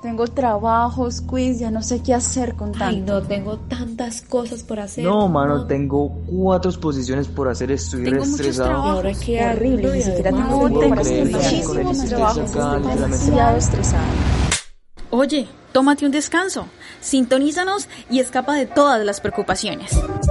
Tengo trabajos, quiz, ya no sé qué hacer con tanto. Ay, no, tengo tantas cosas por hacer. No, mano, tengo 4 exposiciones por hacer, estoy Tengo muchos estresado. trabajos, ahora qué horrible, ni siquiera tengo tiempo para hacer muchísimos trabajos, estoy demasiado estresada. Oye, tómate un descanso, sintonízanos y escapa de todas las preocupaciones.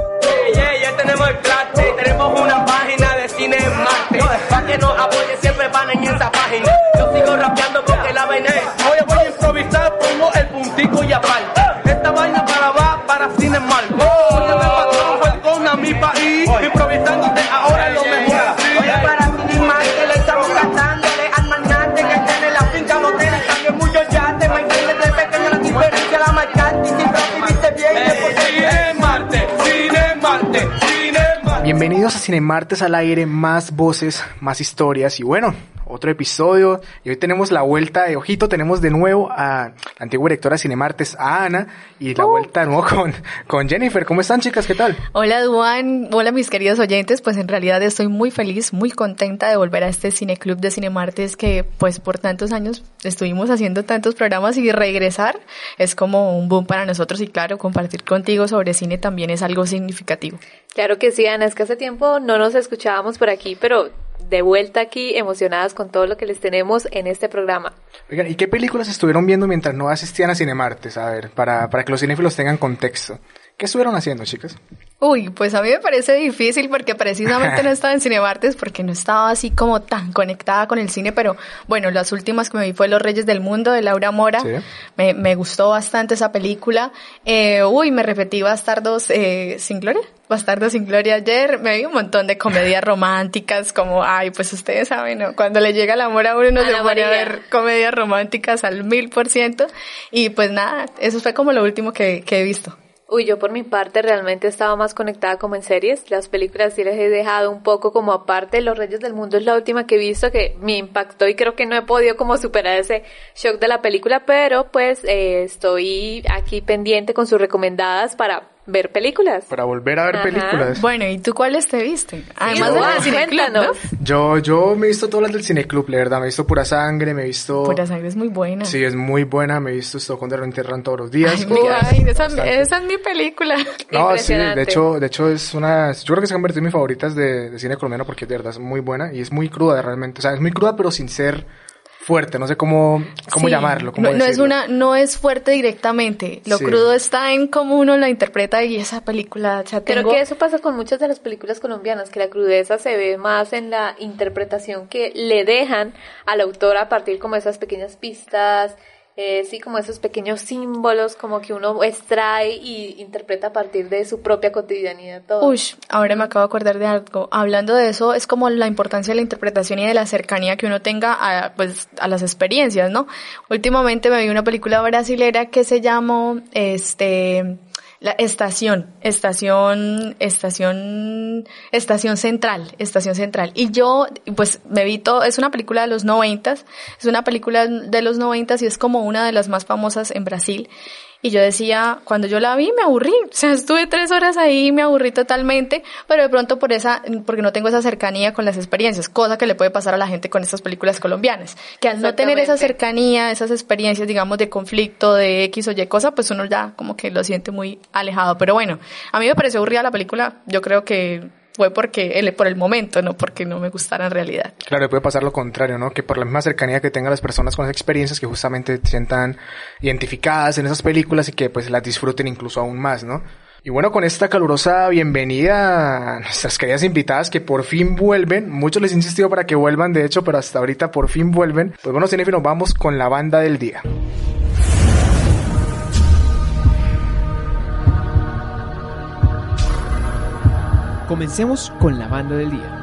Ya tenemos el plate, tenemos una página de Cine en Marte. Para que nos apoye siempre van en esa página. Yo sigo rapeando porque la vaina es. Oye, voy a improvisar, pongo el puntico y aparte. Esta vaina para Cine en Marte. Oye, me pasó welcome a mi país, improvisando de ahora lo mejor. Oye, para Cine en Marte le estamos gastándole al magnate que tiene la finca motel y también muchos yates. Me entiendes de pequeño la diferencia, la marcante y siempre viviste bien. Cine en Marte, Cine en Marte. Bienvenidos a Cine Martes al aire, más voces, más historias y bueno, otro episodio. Y hoy tenemos la vuelta de ojito, tenemos de nuevo a la antigua directora de Cine Martes, a Ana, y la vuelta de nuevo con Jennifer. ¿Cómo están, chicas? ¿Qué tal? Hola, Duan. Hola, mis queridos oyentes. Pues en realidad estoy muy feliz, muy contenta de volver a este cineclub de Cine Martes que pues por tantos años estuvimos haciendo tantos programas y regresar es como un boom para nosotros y claro, compartir contigo sobre cine también es algo significativo. Claro que sí, Ana, es que hace tiempo no nos escuchábamos por aquí, pero de vuelta aquí, emocionadas con todo lo que les tenemos en este programa. Oigan, ¿y qué películas estuvieron viendo mientras no asistían a Cine Martes? A ver, para que los cinéfilos tengan contexto. ¿Qué estuvieron haciendo, chicas? Uy, pues a mí me parece difícil porque precisamente no estaba en Cine Martes porque no estaba así como tan conectada con el cine, pero bueno, las últimas que me vi fue Los Reyes del Mundo de Laura Mora. Sí. Me gustó bastante esa película. Me repetí Bastardos sin Gloria. Bastardos sin Gloria ayer. Me vi un montón de comedias románticas como, pues ustedes saben, ¿no? Cuando le llega el amor a uno se pone a ver comedias románticas al 1000%. Y pues nada, eso fue como lo último que he visto. Uy, yo por mi parte realmente estaba más conectada como en series. Las películas sí les he dejado un poco como aparte. Los Reyes del Mundo es la última que he visto que me impactó y creo que no he podido como superar ese shock de la película, pero pues estoy aquí pendiente con sus recomendadas para ver películas. Para volver a ver películas. Bueno, ¿y tú cuáles te viste? Además de las Cineclub, ¿no? Yo me he visto todas las del Cineclub, la verdad. Me he visto Pura Sangre, me he visto... Pura Sangre es muy buena. Sí, es muy buena. Me he visto Stockholm de lo entierran todos los días. Esa es mi película. No, sí, de hecho es una... Yo creo que se ha convertido en mis favoritas de cine colombiano porque de verdad es muy buena y es muy cruda realmente. O sea, es muy cruda pero sin ser fuerte, no sé cómo llamarlo. No es fuerte directamente. Lo crudo está en cómo uno la interpreta y esa película. O sea, Creo que eso pasa con muchas de las películas colombianas, que la crudeza se ve más en la interpretación que le dejan al autor a partir como de esas pequeñas pistas, sí, como esos pequeños símbolos, como que uno extrae y interpreta a partir de su propia cotidianidad todo. Ahora me acabo de acordar de algo. Hablando de eso, es como la importancia de la interpretación y de la cercanía que uno tenga a las experiencias, ¿no? Últimamente me vi una película brasilera que se llamó, la Estación Central. Y yo, pues, me vi todo, es una película de los 90s, y es como una de las más famosas en Brasil. Y yo decía, cuando yo la vi me aburrí, o sea, estuve 3 horas ahí y me aburrí totalmente, pero de pronto porque no tengo esa cercanía con las experiencias, cosa que le puede pasar a la gente con estas películas colombianas, que al no tener esa cercanía, esas experiencias, digamos, de conflicto, de X o Y cosa, pues uno ya como que lo siente muy alejado. Pero bueno, a mí me pareció aburrida la película, yo creo que fue por el momento, no porque no me gustara en realidad. Claro, puede pasar lo contrario, ¿no? Que por la misma cercanía que tengan las personas con esas experiencias, que justamente se sientan identificadas en esas películas y que pues las disfruten incluso aún más, ¿no? Y bueno, con esta calurosa bienvenida a nuestras queridas invitadas que por fin vuelven. Muchos les he insistido para que vuelvan, de hecho, pero hasta ahorita por fin vuelven. Pues bueno, cinéfilos, vamos con la banda del día. Comencemos con la banda del día.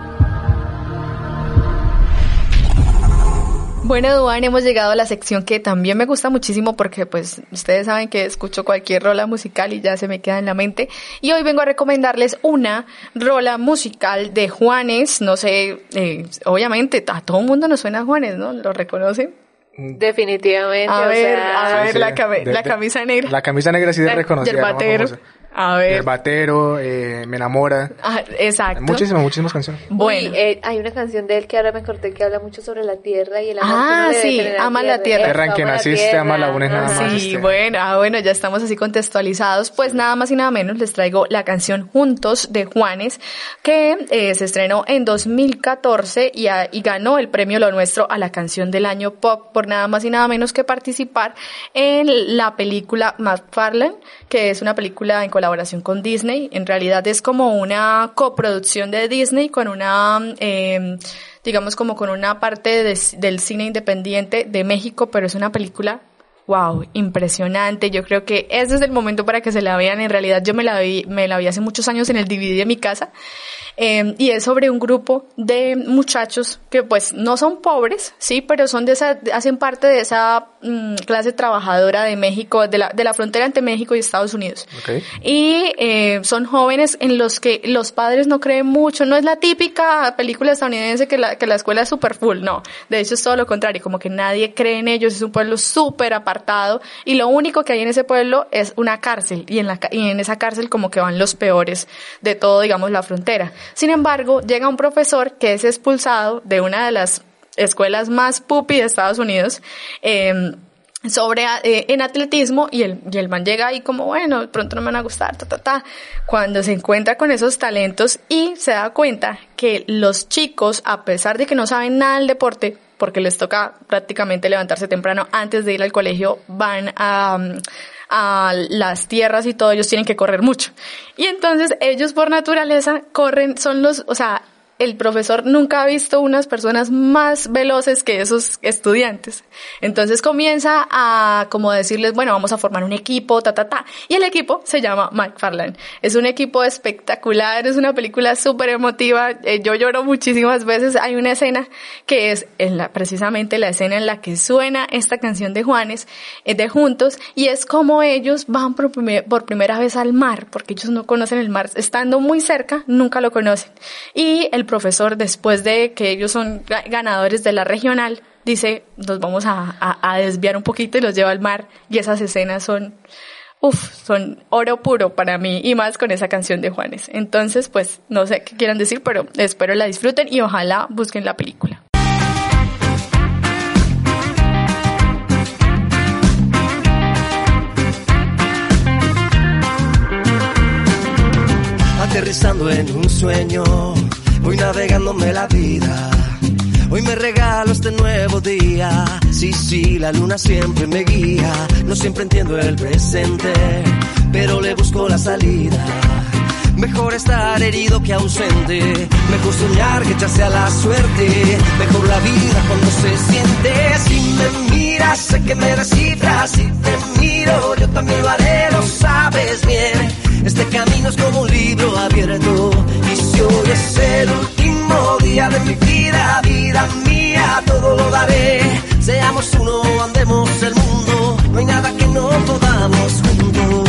Bueno, Duan, hemos llegado a la sección que también me gusta muchísimo porque pues ustedes saben que escucho cualquier rola musical y ya se me queda en la mente. Y hoy vengo a recomendarles una rola musical de Juanes. No sé, obviamente a todo el mundo nos suena Juanes, ¿no? ¿Lo reconocen? Definitivamente. A ver, la camisa negra. La camisa negra sí de reconocer. El batero. A ver. El batero, Me enamora. Exacto. Muchísimas canciones. Bueno. Hay una canción de él que ahora me corté que habla mucho sobre la tierra y el amor que uno debe sí, tener a ama la tierra. Tierra en que naciste, ama la una y nada más. Sí, bueno, ya estamos así contextualizados. Pues nada más y nada menos les traigo la canción Juntos de Juanes, que se estrenó en 2014 y ganó el premio Lo Nuestro a la canción del año pop por nada más y nada menos que participar en la película McFarlane, que es una película en colaboración con Disney. En realidad es como una coproducción de Disney con una, digamos como con una parte del cine independiente de México, pero es una película wow, impresionante. Yo creo que ese es el momento para que se la vean. En realidad yo me la vi hace muchos años en el DVD de mi casa. Y es sobre un grupo de muchachos que pues no son pobres, sí, pero son hacen parte de esa clase trabajadora de México, de la frontera entre México y Estados Unidos. Okay. Y son jóvenes en los que los padres no creen mucho. No es la típica película estadounidense que la escuela es super full, no. De hecho es todo lo contrario, como que nadie cree en ellos, es un pueblo súper apartado y lo único que hay en ese pueblo es una cárcel y en esa cárcel como que van los peores de todo, digamos, la frontera. Sin embargo, llega un profesor que es expulsado de una de las escuelas más pupi de Estados Unidos, en atletismo, y el man llega ahí como, bueno, pronto no me van a gustar, cuando se encuentra con esos talentos y se da cuenta que los chicos, a pesar de que no saben nada del deporte, porque les toca prácticamente levantarse temprano antes de ir al colegio, van a las tierras y todo, ellos tienen que correr mucho. Y entonces ellos por naturaleza corren, el profesor nunca ha visto unas personas más veloces que esos estudiantes. Entonces comienza a como decirles, bueno, vamos a formar un equipo, y el equipo se llama McFarlane. Es un equipo espectacular, es una película súper emotiva, yo lloro muchísimas veces. Hay una escena que es precisamente la escena en la que suena esta canción de Juanes, de Juntos, y es como ellos van por primera vez al mar, porque ellos no conocen el mar, estando muy cerca, nunca lo conocen. Y el profesor, después de que ellos son ganadores de la regional, dice, nos vamos a desviar un poquito y los lleva al mar, y esas escenas son oro puro para mí, y más con esa canción de Juanes. Entonces, pues, no sé qué quieran decir, pero espero la disfruten y ojalá busquen la película. Aterrizando en un sueño, voy navegándome la vida. Hoy me regalo este nuevo día. Sí, la luna siempre me guía. No siempre entiendo el presente, pero le busco la salida. Mejor estar herido que ausente. Mejor soñar que echarse a la suerte. Mejor la vida cuando se siente. Si me miras, sé que me descifras. Si te miro, yo también lo haré, lo sabes bien. Este camino es como un libro abierto. Y si hoy es el último día de mi vida, vida mía, todo lo daré. Seamos uno, andemos el mundo. No hay nada que no podamos juntos.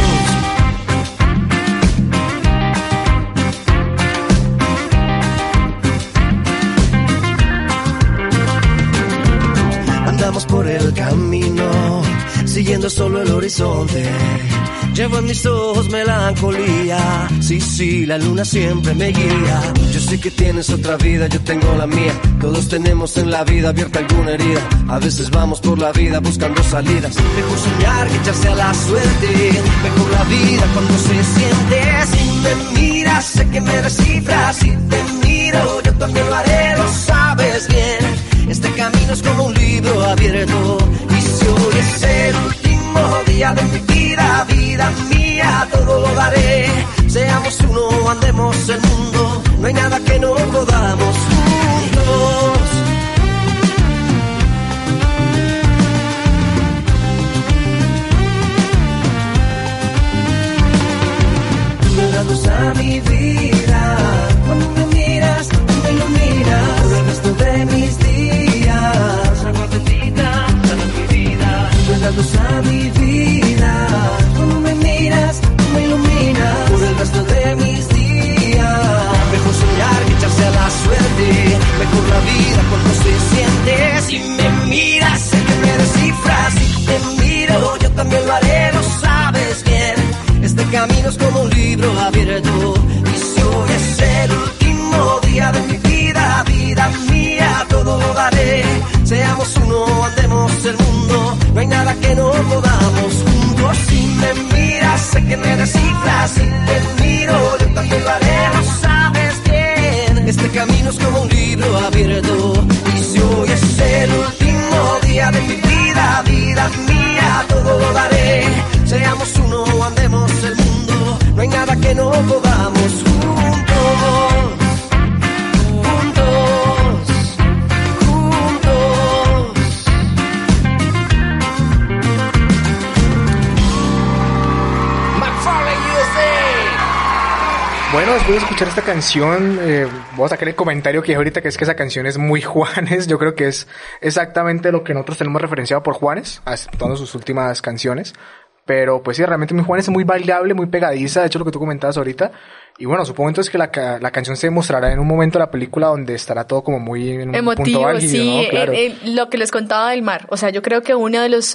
Andamos por el camino, siguiendo solo el horizonte. Llevo en mis ojos melancolía. Sí, la luna siempre me guía. Yo sé que tienes otra vida, yo tengo la mía. Todos tenemos en la vida abierta alguna herida. A veces vamos por la vida buscando salidas. Mejor soñar que echarse a la suerte. Mejor la vida cuando se siente. Si me miras, sé que me descifras. Si te miro, yo también lo haré, lo sabes bien. Este camino es como un libro abierto. Y si hoy es el último día de mi vida, vida mía, todo lo daré. Seamos uno, andemos el mundo. No hay nada que no podamos juntos. Tú me das luz a mi vida. Cuando me miras, tú me iluminas. Por el resto de mis días, agua bendita, sana mi vida. Tú me das luz a mi vida. Cuando me miras, tú me iluminas. Por el resto de mis días. Mejor soñar que echarse a la suerte. Mejor la vida cuando se siente. Si me miras, sé que me descifras. Si te miro, yo también lo haré, lo sabes bien. Este camino es como un libro abierto. Y si hoy es el último día de mi vida, vida mía, todo lo daré. Seamos uno, andemos el mundo, no hay nada que no podamos juntos. Si me miras, sé que me descifras. Si te miro, yo también lo haré, lo sabes bien. Este camino es como un libro abierto. Y si hoy es el último día de mi vida, vida mía, todo lo daré. Seamos uno, andemos el mundo, no hay nada que no podamos juntos. Bueno, después de escuchar esta canción, voy a sacar el comentario que dije ahorita, que es que esa canción es muy Juanes. Yo creo que es exactamente lo que nosotros tenemos referenciado por Juanes, todas sus últimas canciones. Pero pues sí, realmente muy Juanes es muy bailable, muy pegadiza, de hecho lo que tú comentabas ahorita. Y bueno, supongo entonces que la canción se mostrará en un momento de la película donde estará todo como muy en un emotivo, punto álgido, sí, ¿no? Claro. Lo que les contaba del mar. O sea, yo creo que uno de los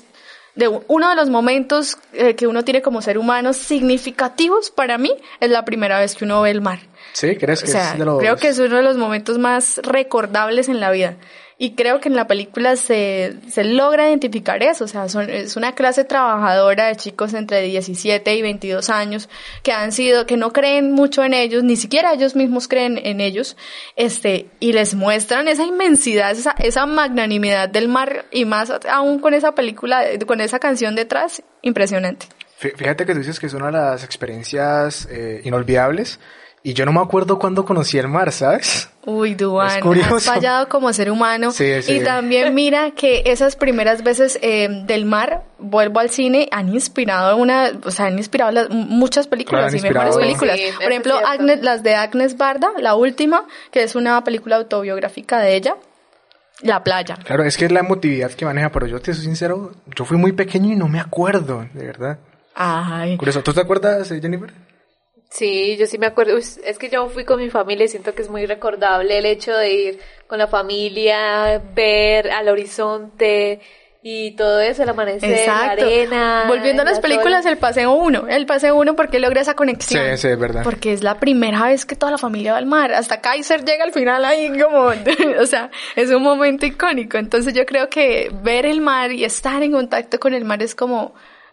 momentos que uno tiene como ser humano significativos para mí es la primera vez que uno ve el mar. Sí, ¿crees que es de los...? Creo que es uno de los momentos más recordables en la vida. Y creo que en la película se logra identificar eso. O sea, es una clase trabajadora de chicos entre 17 y 22 años que no creen mucho en ellos, ni siquiera ellos mismos creen en ellos, y les muestran esa inmensidad, esa magnanimidad del mar, y más aún con esa película, con esa canción detrás, impresionante. Fíjate que tú dices que es una de las experiencias inolvidables. Y yo no me acuerdo cuándo conocí el mar, ¿sabes? Uy, Duan, has fallado como ser humano. Sí. Y también mira que esas primeras veces del mar, vuelvo al cine, han inspirado muchas películas, y mejores películas. Sí, por ejemplo, las de Agnes Barda, la última, que es una película autobiográfica de ella. La playa. Claro, es que es la emotividad que maneja, pero yo te soy sincero, yo fui muy pequeño y no me acuerdo, de verdad. Ay. Curioso, ¿tú te acuerdas, Jennifer? Sí, yo sí me acuerdo. Es que yo fui con mi familia y siento que es muy recordable el hecho de ir con la familia, ver al horizonte y todo eso, el amanecer, exacto, la arena. Volviendo a las películas, el paseo 1 porque logra esa conexión. Sí, es verdad. Porque es la primera vez que toda la familia va al mar. Hasta Kaiser llega al final ahí como, o sea, es un momento icónico. Entonces yo creo que ver el mar y estar en contacto con el mar es como...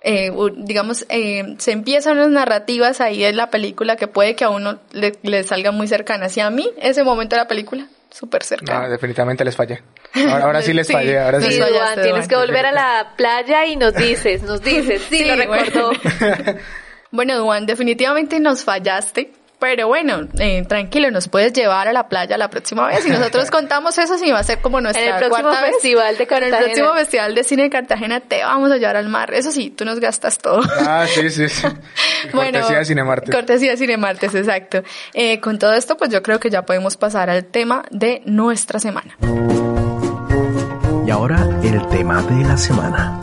se empiezan unas narrativas ahí en la película que puede que a uno le salga muy cercanas. Y a mí, ese momento de la película, súper cercano. No, definitivamente les fallé. Ahora sí les fallé. Ahora sí. Duan, tienes que volver a la playa y nos dices, sí, lo recordó. Bueno, Duan, definitivamente nos fallaste. Pero bueno, tranquilo, nos puedes llevar a la playa la próxima vez y nosotros contamos eso, si va a ser como nuestra cuarta vez. Festival de Cartagena. En el próximo Festival de Cine de Cartagena te vamos a llevar al mar. Eso sí, tú nos gastas todo. Ah, sí. Bueno, cortesía de Cinemartes. Cortesía de Cinemartes, exacto. Con todo esto, pues yo creo que ya podemos pasar al tema de nuestra semana. Y ahora, el tema de la semana.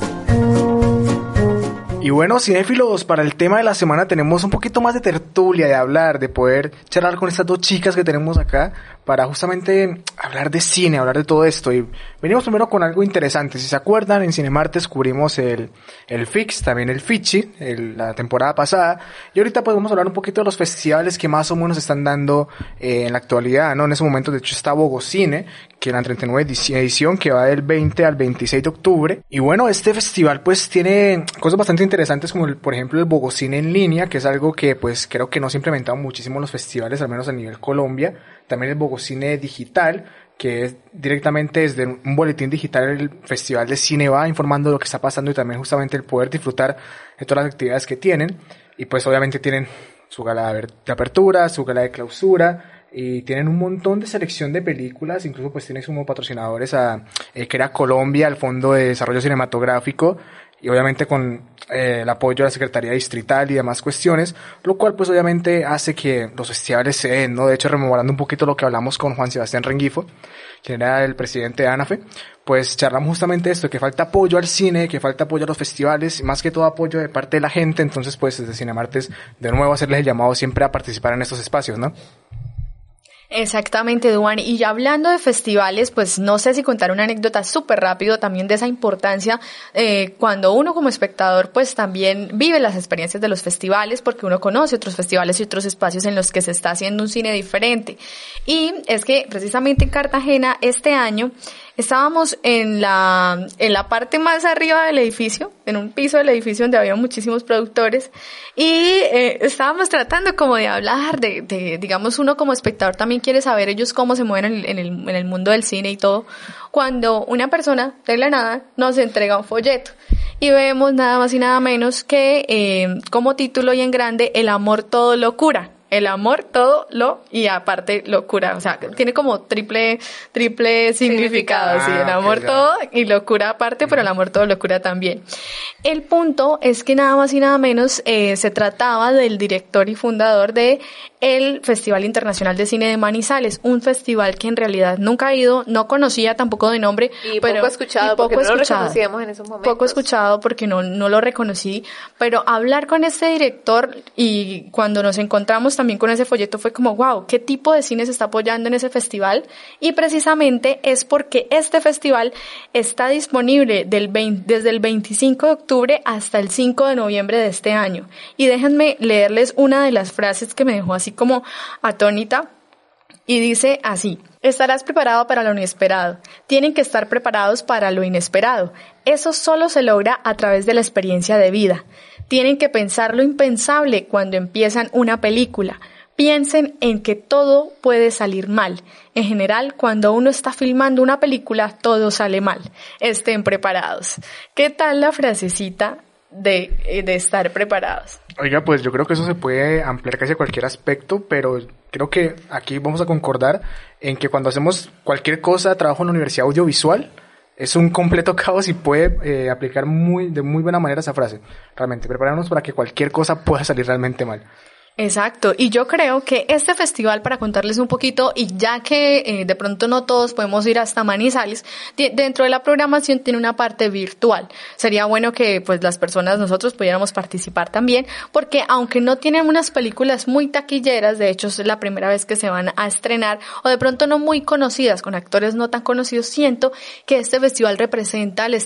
Y bueno, cinéfilos, para el tema de la semana tenemos un poquito más de tertulia, de hablar, de poder charlar con estas dos chicas que tenemos acá para justamente hablar de cine, hablar de todo esto. Y venimos primero con algo interesante. Si se acuerdan, en Cinemartes cubrimos el Fix, también el Fichi, la temporada pasada. Y ahorita podemos hablar un poquito de los festivales que más o menos están dando en la actualidad, ¿no? En ese momento, de hecho, está Bogocine, que es la 39 edición, que va del 20 al 26 de octubre. Y bueno, este festival pues tiene cosas bastante interesantes, como por ejemplo el Bogocine en línea, que es algo que pues creo que no se ha implementado muchísimo en los festivales, al menos a nivel Colombia. También el Bogocine digital, que es directamente desde un boletín digital el Festival de Cine va informando de lo que está pasando y también justamente el poder disfrutar de todas las actividades que tienen. Y pues obviamente tienen su gala de apertura, su gala de clausura, y tienen un montón de selección de películas, incluso pues tienen como patrocinadores que era Colombia, el Fondo de Desarrollo Cinematográfico, y obviamente con el apoyo de la Secretaría Distrital y demás cuestiones, lo cual pues obviamente hace que los festivales se den, ¿no? De hecho, rememorando un poquito lo que hablamos con Juan Sebastián Rengifo, quien era el presidente de ANAFE, pues charlamos justamente esto, que falta apoyo al cine, que falta apoyo a los festivales, más que todo apoyo de parte de la gente. Entonces pues desde Cinemartes de nuevo hacerles el llamado siempre a participar en estos espacios, ¿no? Exactamente, Duan. Y ya hablando de festivales, pues no sé si contar una anécdota súper rápido también de esa importancia cuando uno como espectador pues también vive las experiencias de los festivales, porque uno conoce otros festivales y otros espacios en los que se está haciendo un cine diferente. Y es que precisamente en Cartagena este año estábamos en la parte más arriba del edificio, en un piso del edificio donde había muchísimos productores, y estábamos tratando como de hablar de digamos, uno como espectador también quiere saber ellos cómo se mueven en el mundo del cine y todo, cuando una persona de la nada nos entrega un folleto y vemos nada más y nada menos que como título y en grande, El amor todo lo cura. El amor, todo lo, y aparte locura, o sea, tiene como triple significado, sí, el amor todo y locura aparte, pero el amor todo, locura también. El punto es que nada más y nada menos se trataba del director y fundador de el Festival Internacional de Cine de Manizales, un festival que en realidad nunca he ido, no conocía tampoco de nombre, pero poco escuchado, porque no lo reconocíamos en esos momentos. Poco escuchado porque no lo reconocí, pero hablar con este director y cuando nos encontramos también con ese folleto fue como, wow, ¿qué tipo de cine se está apoyando en ese festival? Y precisamente es porque este festival está disponible desde el 25 de octubre hasta el 5 de noviembre de este año. Y déjenme leerles una de las frases que me dejó así como atónita. Y dice así: estarás preparado para lo inesperado. Tienen que estar preparados para lo inesperado. Eso solo se logra a través de la experiencia de vida. Tienen que pensar lo impensable cuando empiezan una película. Piensen en que todo puede salir mal. En general, cuando uno está filmando una película, todo sale mal. Estén preparados. ¿Qué tal la frasecita de estar preparados? Oiga, pues yo creo que eso se puede ampliar casi a cualquier aspecto, pero creo que aquí vamos a concordar en que cuando hacemos cualquier cosa, trabajo en la universidad audiovisual, es un completo caos y puede aplicar de muy buena manera esa frase. Realmente, prepararnos para que cualquier cosa pueda salir realmente mal. Exacto, y yo creo que este festival, para contarles un poquito, y ya que de pronto no todos podemos ir hasta Manizales, dentro de la programación tiene una parte virtual. Sería bueno que pues las personas, nosotros pudiéramos participar también, porque aunque no tienen unas películas muy taquilleras, de hecho es la primera vez que se van a estrenar, o de pronto no muy conocidas, con actores no tan conocidos, siento que este festival representa el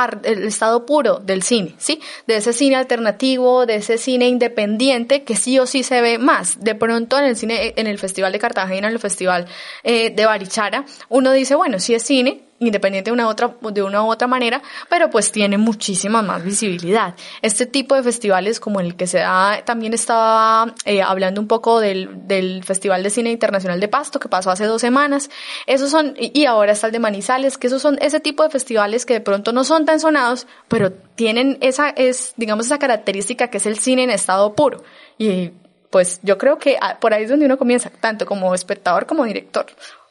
estado puro del cine, ¿sí? De ese cine alternativo, de ese cine independiente que sí o sí se ve más. De pronto en el cine, en el Festival de Cartagena, en el Festival de Barichara, uno dice, bueno, sí es cine, independiente de una u otra manera, pero pues tiene muchísima más visibilidad. Este tipo de festivales como el que se da, también estaba hablando un poco del Festival de Cine Internacional de Pasto, que pasó hace 2 semanas, esos son, y ahora está el de Manizales, que esos son ese tipo de festivales que de pronto no son tan sonados, pero tienen esa característica que es el cine en estado puro. Y pues yo creo que por ahí es donde uno comienza, tanto como espectador como director.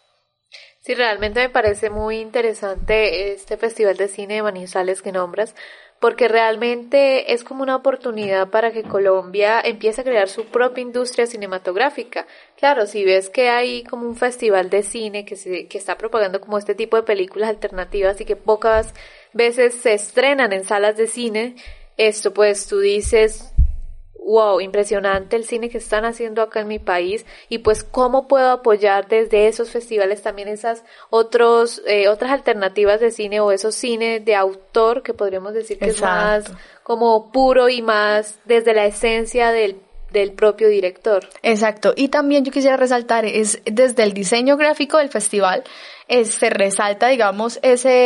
Sí, realmente me parece muy interesante este Festival de Cine de Manizales que nombras, porque realmente es como una oportunidad para que Colombia empiece a crear su propia industria cinematográfica. Claro, si ves que hay como un festival de cine que está propagando como este tipo de películas alternativas y que pocas veces se estrenan en salas de cine, esto pues tú dices, wow, impresionante el cine que están haciendo acá en mi país, y pues cómo puedo apoyar desde esos festivales también esas otras alternativas de cine, o esos cines de autor que podríamos decir que Exacto. Es más como puro y más desde la esencia del propio director. Exacto, y también yo quisiera resaltar, es desde el diseño gráfico del festival, se resalta, digamos,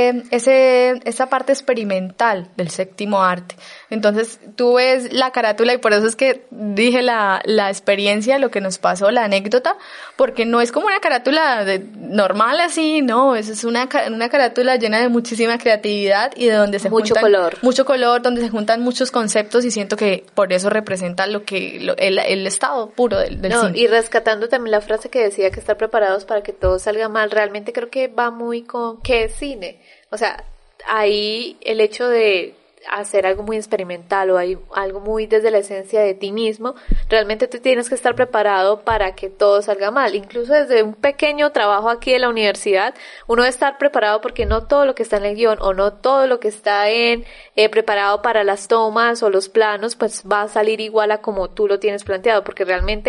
esa parte experimental del séptimo arte. Entonces, tú ves la carátula, y por eso es que dije la experiencia, lo que nos pasó, la anécdota, porque no es como una carátula normal así, no, es una carátula llena de muchísima creatividad y de donde se mucho color, donde se juntan muchos conceptos, y siento que por eso representa el estado puro del cine. Y rescatando también la frase que decía que estar preparados para que todo salga mal, realmente creo que va muy con ¿qué es cine? O sea, ahí el hecho de hacer algo muy experimental o hay algo muy desde la esencia de ti mismo, realmente tú tienes que estar preparado para que todo salga mal. Incluso desde un pequeño trabajo aquí de la universidad, uno debe estar preparado, porque no todo lo que está en el guión o no todo lo que está preparado para las tomas o los planos pues va a salir igual a como tú lo tienes planteado, porque realmente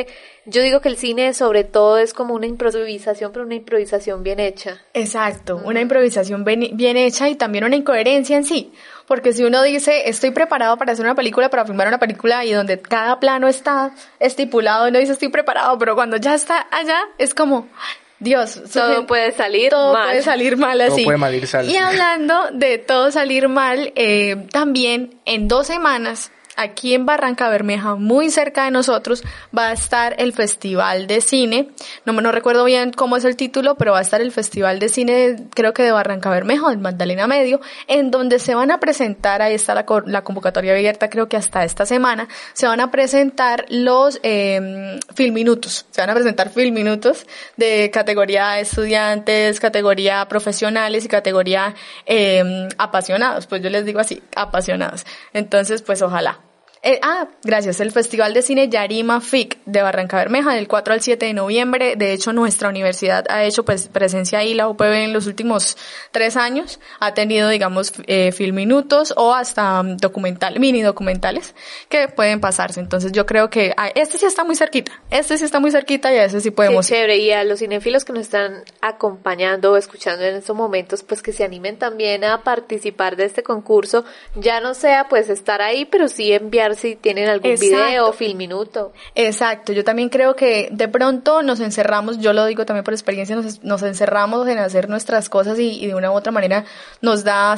Yo digo que el cine sobre todo es como una improvisación, pero una improvisación bien hecha. Exacto, una improvisación bien hecha y también una incoherencia en sí. Porque si uno dice, estoy preparado para hacer una película, para filmar una película y donde cada plano está estipulado, uno dice, estoy preparado, pero cuando ya está allá, es como, Dios. Todo puede salir mal. Todo puede salir mal así. Todo puede mal ir sal. Y hablando de todo salir mal, también en 2 semanas, aquí en Barranca Bermeja, muy cerca de nosotros, va a estar el Festival de Cine. No recuerdo bien cómo es el título, pero va a estar el Festival de Cine, creo que de Barranca Bermeja, del Magdalena Medio, en donde se van a presentar, ahí está la convocatoria abierta, creo que hasta esta semana, se van a presentar los Filminutos. Se van a presentar Filminutos de categoría estudiantes, categoría profesionales y categoría apasionados. Pues yo les digo así, apasionados. Entonces, pues ojalá. Gracias. El Festival de Cine Yarima FIC de Barranca Bermeja del 4 al 7 de noviembre. De hecho, nuestra universidad ha hecho pues presencia ahí, la UPB, en los últimos 3 años. Ha tenido, digamos, filminutos o hasta mini documentales que pueden pasarse. Entonces yo creo que este sí está muy cerquita y a ese sí podemos ir. Chévere. Y a los cinéfilos que nos están acompañando o escuchando en estos momentos, pues que se animen también a participar de este concurso. Ya no sea pues estar ahí, pero sí enviar si tienen algún video o filminuto. Exacto, yo también creo que de pronto nos encerramos, yo lo digo también por experiencia, nos encerramos en hacer nuestras cosas y de una u otra manera nos da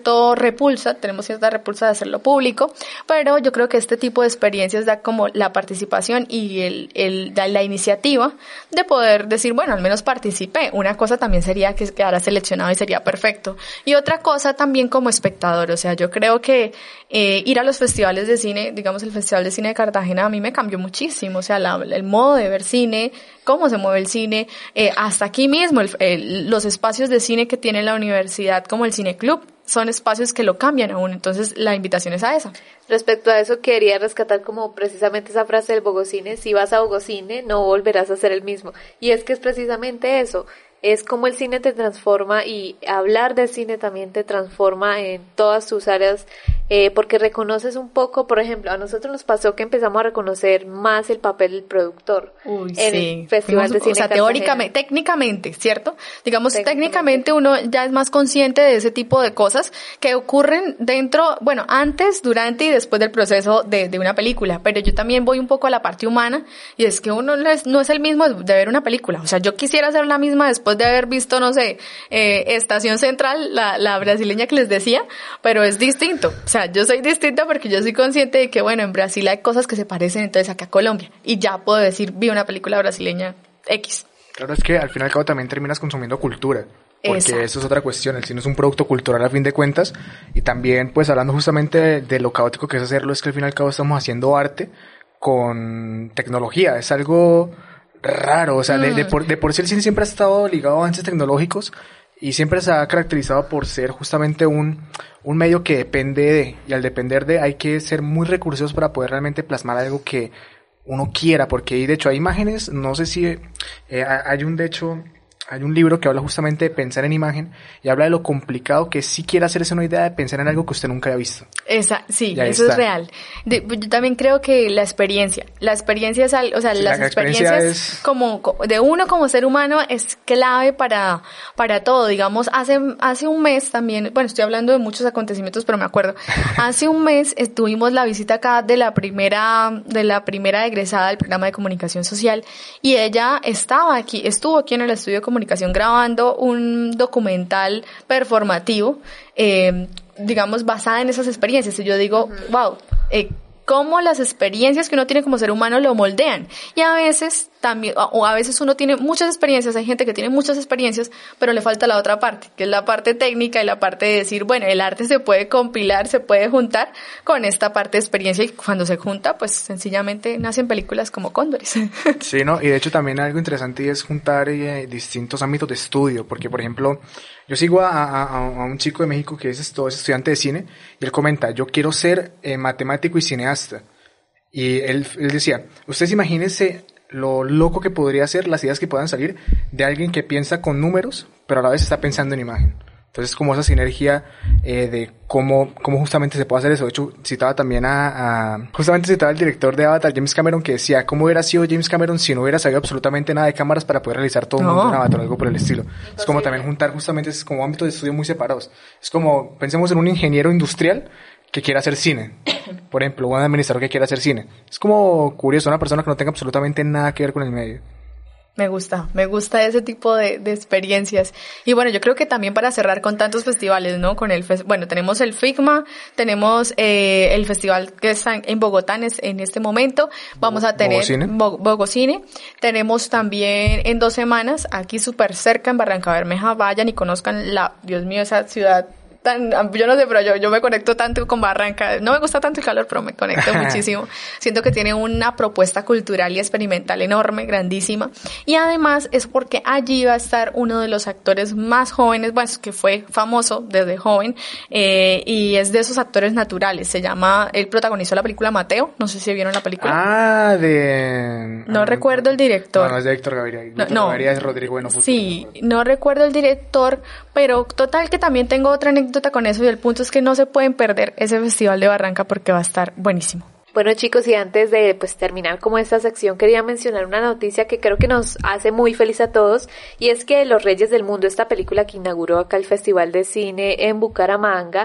tenemos cierta repulsa de hacerlo público, pero yo creo que este tipo de experiencias da como la participación y la iniciativa de poder decir, bueno, al menos participé. Una cosa también sería que quedara seleccionado y sería perfecto. Y otra cosa también como espectador, o sea, yo creo que ir a los festivales de cine, digamos el Festival de Cine de Cartagena, a mí me cambió muchísimo, o sea, el modo de ver cine, cómo se mueve el cine, hasta aquí mismo, los espacios de cine que tiene la universidad, como el Cine Club, son espacios que lo cambian aún, entonces la invitación es a esa. Respecto a eso, quería rescatar como precisamente esa frase del Bogocine: si vas a Bogocine, no volverás a ser el mismo, y es que es precisamente eso. Es como el cine te transforma, y hablar de cine también te transforma en todas tus áreas, porque reconoces un poco, por ejemplo, a nosotros nos pasó que empezamos a reconocer más el papel del productor en el Festival de Cine. O sea, teóricamente, técnicamente, ¿cierto? Digamos, técnicamente uno ya es más consciente de ese tipo de cosas que ocurren antes, durante y después del proceso de una película, pero yo también voy un poco a la parte humana, y es que uno no es el mismo de ver una película. O sea, yo quisiera ser la misma después de haber visto, no sé, Estación Central, la brasileña que les decía, pero es distinto. O sea, yo soy distinta porque yo soy consciente de que, bueno, en Brasil hay cosas que se parecen entonces acá a Colombia, y ya puedo decir, vi una película brasileña X. Claro, es que al fin y al cabo también terminas consumiendo cultura, porque Exacto. Eso es otra cuestión. El cine es un producto cultural a fin de cuentas, y también, pues hablando justamente de lo caótico que es hacerlo, es que al fin y al cabo estamos haciendo arte con tecnología. Es algo raro, o sea, de por sí el cine siempre ha estado ligado a avances tecnológicos y siempre se ha caracterizado por ser justamente un medio que depende de, y al depender de hay que ser muy recursos para poder realmente plasmar algo que uno quiera, porque de hecho hay imágenes, no sé si hay un libro que habla justamente de pensar en imagen y habla de lo complicado que sí quiere hacerse una idea de pensar en algo que usted nunca haya visto. Sí, eso es real. Yo también creo que la experiencia es algo, o sea, sí, las experiencias como de uno como ser humano es clave para todo. Digamos, hace un mes también, bueno, estoy hablando de muchos acontecimientos, pero me acuerdo, hace un mes tuvimos la visita acá de la primera egresada del programa de comunicación social, y ella estuvo aquí en el estudio de comunicación grabando un documental performativo, digamos, basada en esas experiencias. Y yo digo, wow, cómo las experiencias que uno tiene como ser humano lo moldean. Y a veces también, o a veces uno tiene muchas experiencias, hay gente que tiene muchas experiencias, pero le falta la otra parte, que es la parte técnica y la parte de decir, bueno, el arte se puede compilar, se puede juntar con esta parte de experiencia, y cuando se junta, pues sencillamente nacen películas como Cóndores. Sí, ¿no? Y de hecho también algo interesante es juntar distintos ámbitos de estudio, porque por ejemplo, yo sigo a un chico de México que es estudiante de cine, y él comenta, yo quiero ser matemático y cineasta. Y él decía, ustedes imagínense lo loco que podría ser las ideas que puedan salir de alguien que piensa con números, pero a la vez está pensando en imagen. Entonces, como esa sinergia de cómo justamente se puede hacer eso. De hecho, citaba también justamente citaba al director de Avatar, James Cameron, que decía cómo hubiera sido James Cameron si no hubiera sabido absolutamente nada de cámaras para poder realizar todo un mundo en Avatar o algo por el estilo. Es como también juntar justamente, es como ámbitos de estudio muy separados. Es como, pensemos en un ingeniero industrial que quiera hacer cine, por ejemplo, un administrador que quiera hacer cine. Es como curioso, una persona que no tenga absolutamente nada que ver con el medio. Me gusta ese tipo de experiencias. Y bueno, yo creo que también para cerrar con tantos festivales, ¿no? Bueno, tenemos el FIGMA, tenemos el festival que está en Bogotá en este momento. Vamos a tener Bogocine. Tenemos también en 2 semanas, aquí súper cerca en Barrancabermeja, vayan y conozcan Dios mío, esa ciudad yo no sé, pero yo me conecto tanto con Barranca. No me gusta tanto el calor, pero me conecto muchísimo. Siento que tiene una propuesta cultural y experimental enorme, grandísima. Y además es porque allí va a estar uno de los actores más jóvenes, bueno, que fue famoso desde joven, y es de esos actores naturales. Él protagonizó la película Mateo. No sé si vieron la película. No recuerdo el director. No es de Héctor Gaviria. Gaviria es Rodrigo Buenoputo. Sí, no recuerdo el director, pero total que también tengo otra anécdota con eso, y el punto es que no se pueden perder ese festival de Barranca porque va a estar buenísimo. Bueno, chicos, y antes de terminar como esta sección, quería mencionar una noticia que creo que nos hace muy feliz a todos, y es que Los Reyes del Mundo, esta película que inauguró acá el Festival de Cine en Bucaramanga,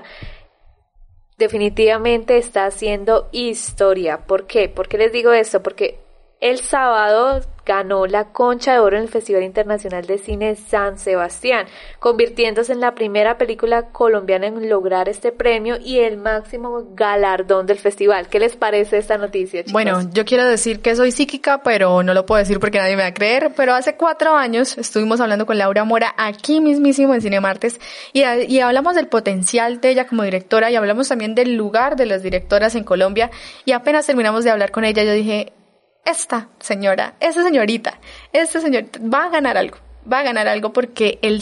definitivamente está haciendo historia. ¿Por qué? ¿Por qué les digo esto? Porque el sábado ganó la Concha de Oro en el Festival Internacional de Cine San Sebastián, convirtiéndose en la primera película colombiana en lograr este premio y el máximo galardón del festival. ¿Qué les parece esta noticia, chicos? Bueno, yo quiero decir que soy psíquica, pero no lo puedo decir porque nadie me va a creer, pero hace 4 años estuvimos hablando con Laura Mora aquí mismísimo en Cine Martes y hablamos del potencial de ella como directora y hablamos también del lugar de las directoras en Colombia, y apenas terminamos de hablar con ella yo dije, esta señorita va a ganar algo porque el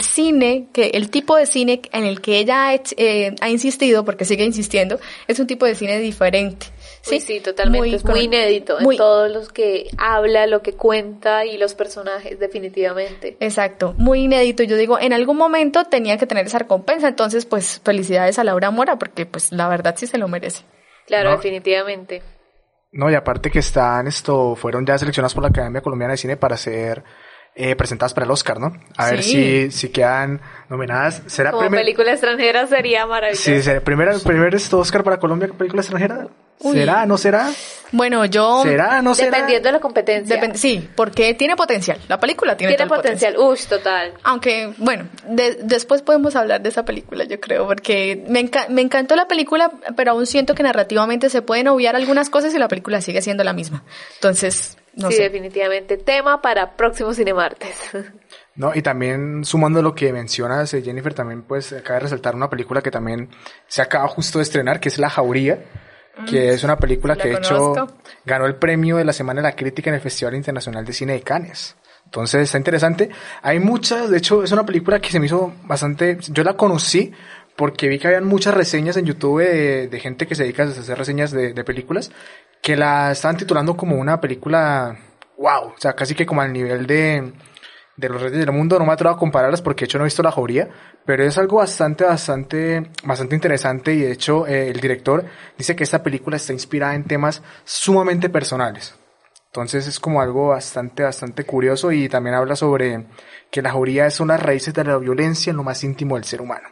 tipo de cine en el que ella ha insistido, porque sigue insistiendo, es un tipo de cine diferente. Sí, totalmente, es muy inédito en todos los que habla, lo que cuenta y los personajes, definitivamente. Exacto, muy inédito. Yo digo, en algún momento tenía que tener esa recompensa, entonces pues felicidades a Laura Mora porque pues la verdad sí se lo merece. Claro, definitivamente. No, y aparte que fueron ya seleccionadas por la Academia Colombiana de Cine para ser presentadas para el Oscar, ¿no? A ver si quedan nominadas. ¿Será como película extranjera? Sería maravilloso. Sí, primer Oscar para Colombia, película extranjera. ¿Será? ¿No será? Bueno, ¿Será? ¿No será? Dependiendo de la competencia. Sí, porque tiene potencial. La película tiene potencial. Total. Aunque, bueno, después podemos hablar de esa película, yo creo, porque me encantó la película, pero aún siento que narrativamente se pueden obviar algunas cosas y la película sigue siendo la misma. Entonces, no sé. Sí, definitivamente. Tema para próximo Cinemartes. No, y también sumando lo que mencionas, Jennifer, también pues acaba de resaltar una película que también se acaba justo de estrenar, que es La Jauría, que es una película que de hecho ganó el premio de la Semana de la Crítica en el Festival Internacional de Cine de Cannes. Entonces está interesante. Hay muchas, de hecho es una película que se me hizo bastante, yo la conocí porque vi que habían muchas reseñas en YouTube de gente que se dedica a hacer reseñas de películas, que la estaban titulando como una película wow, o sea, casi que como al nivel de Los Reyes del Mundo. No me atrevo a compararlas porque de hecho no he visto La Jauría, pero es algo bastante interesante, y de hecho el director dice que esta película está inspirada en temas sumamente personales. Entonces es como algo bastante curioso, y también habla sobre que La Jauría son las raíces de la violencia en lo más íntimo del ser humano.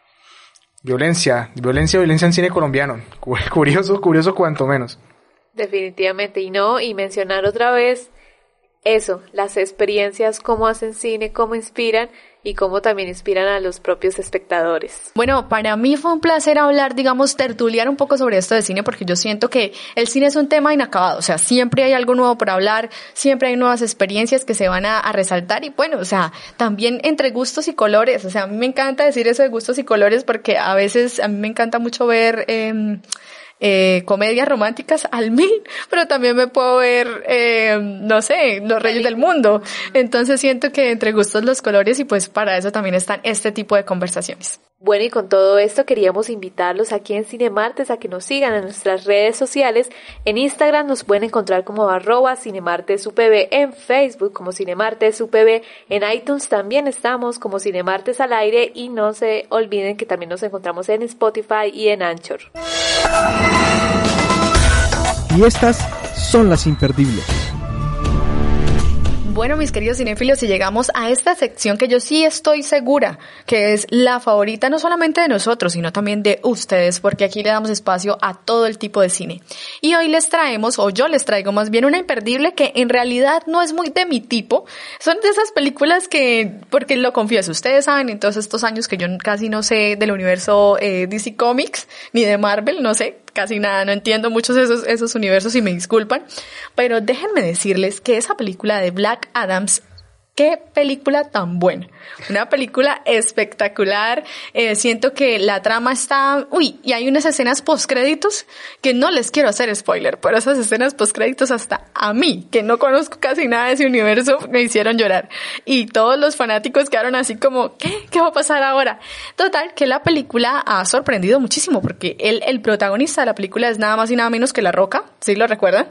Violencia en cine colombiano. Curioso cuanto menos. Definitivamente, y mencionar otra vez eso, las experiencias, cómo hacen cine, cómo inspiran y cómo también inspiran a los propios espectadores. Bueno, para mí fue un placer hablar, tertuliar un poco sobre esto de cine, porque yo siento que el cine es un tema inacabado, o sea, siempre hay algo nuevo por hablar, siempre hay nuevas experiencias que se van a resaltar, y bueno, o sea, también entre gustos y colores, o sea, a mí me encanta decir eso de gustos y colores porque a veces a mí me encanta mucho ver comedias románticas al 1000, pero también me puedo ver, no sé, Los Reyes del Mundo. Entonces siento que entre gustos los colores, y pues para eso también están este tipo de conversaciones. Bueno, y con todo esto queríamos invitarlos aquí en Cinemartes a que nos sigan en nuestras redes sociales. En Instagram nos pueden encontrar como @cinemartesupb, en Facebook como cinemartesupb, en iTunes también estamos como Cinemartes al aire, y no se olviden que también nos encontramos en Spotify y en Anchor. Y estas son las imperdibles. Bueno, mis queridos cinéfilos, y llegamos a esta sección que yo sí estoy segura que es la favorita no solamente de nosotros, sino también de ustedes, porque aquí le damos espacio a todo el tipo de cine. Y hoy les traemos, o yo les traigo más bien, una imperdible que en realidad no es muy de mi tipo. Son de esas películas que, porque lo confieso, ustedes saben en todos estos años que yo casi no sé del universo DC Comics, ni de Marvel, no sé casi nada, no entiendo muchos de esos universos y me disculpan, pero déjenme decirles que esa película de Black Adams, qué película tan buena, una película espectacular. Siento que la trama está, y hay unas escenas postcréditos que no les quiero hacer spoiler, pero esas escenas postcréditos hasta a mí, que no conozco casi nada de ese universo, me hicieron llorar, y todos los fanáticos quedaron así como, ¿qué va a pasar ahora? Total, que la película ha sorprendido muchísimo, porque el protagonista de la película es nada más y nada menos que La Roca, ¿sí lo recuerdan?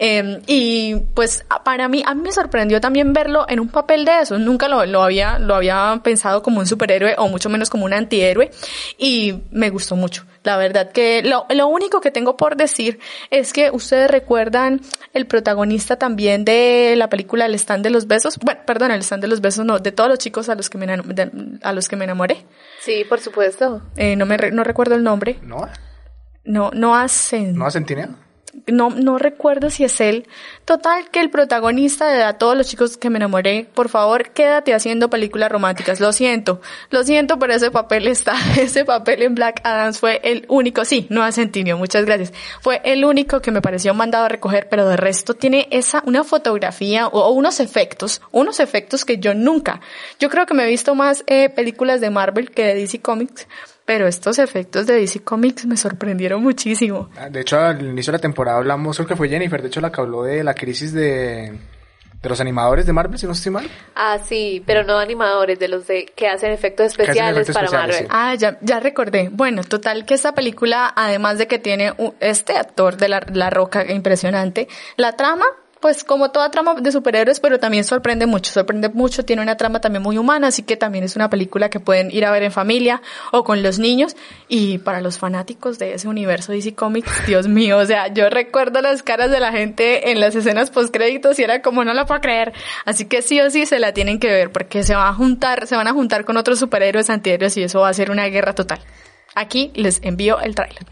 Y pues a mí me sorprendió también verlo en un papel de eso. Nunca lo había pensado como un superhéroe, o mucho menos como un antihéroe, y me gustó mucho. La verdad que lo único que tengo por decir es que ustedes recuerdan el protagonista también de la película El Stand de los Besos. Bueno, perdón, El Stand de los Besos no, de todos los chicos a los que me enamoré. Sí, por supuesto. No recuerdo el nombre. ¿Noah Centineo? No recuerdo si es él. Total, que el protagonista de A todos los chicos que me enamoré, por favor, quédate haciendo películas románticas. Lo siento, pero ese papel en Black Adams fue el único. Sí, Noah Centineo, muchas gracias. Fue el único que me pareció mandado a recoger, pero de resto tiene una fotografía o unos efectos que yo creo que me he visto más películas de Marvel que de DC Comics, pero estos efectos de DC Comics me sorprendieron muchísimo. De hecho, al inicio de la temporada hablamos, creo que fue Jennifer, de hecho, la que habló de la crisis de los animadores de Marvel, si no estoy mal. Ah, sí, pero no animadores, de los que hacen efectos especiales para Marvel. Sí. Ah, ya recordé. Bueno, total, que esta película, además de que tiene este actor de la Roca impresionante, la trama, pues como toda trama de superhéroes, pero también sorprende mucho, tiene una trama también muy humana, así que también es una película que pueden ir a ver en familia o con los niños. Y para los fanáticos de ese universo DC Comics, Dios mío, o sea, yo recuerdo las caras de la gente en las escenas postcréditos y era como, no la puedo creer. Así que sí o sí se la tienen que ver, porque se van a juntar con otros superhéroes, antihéroes, y eso va a ser una guerra total. Aquí les envío el tráiler.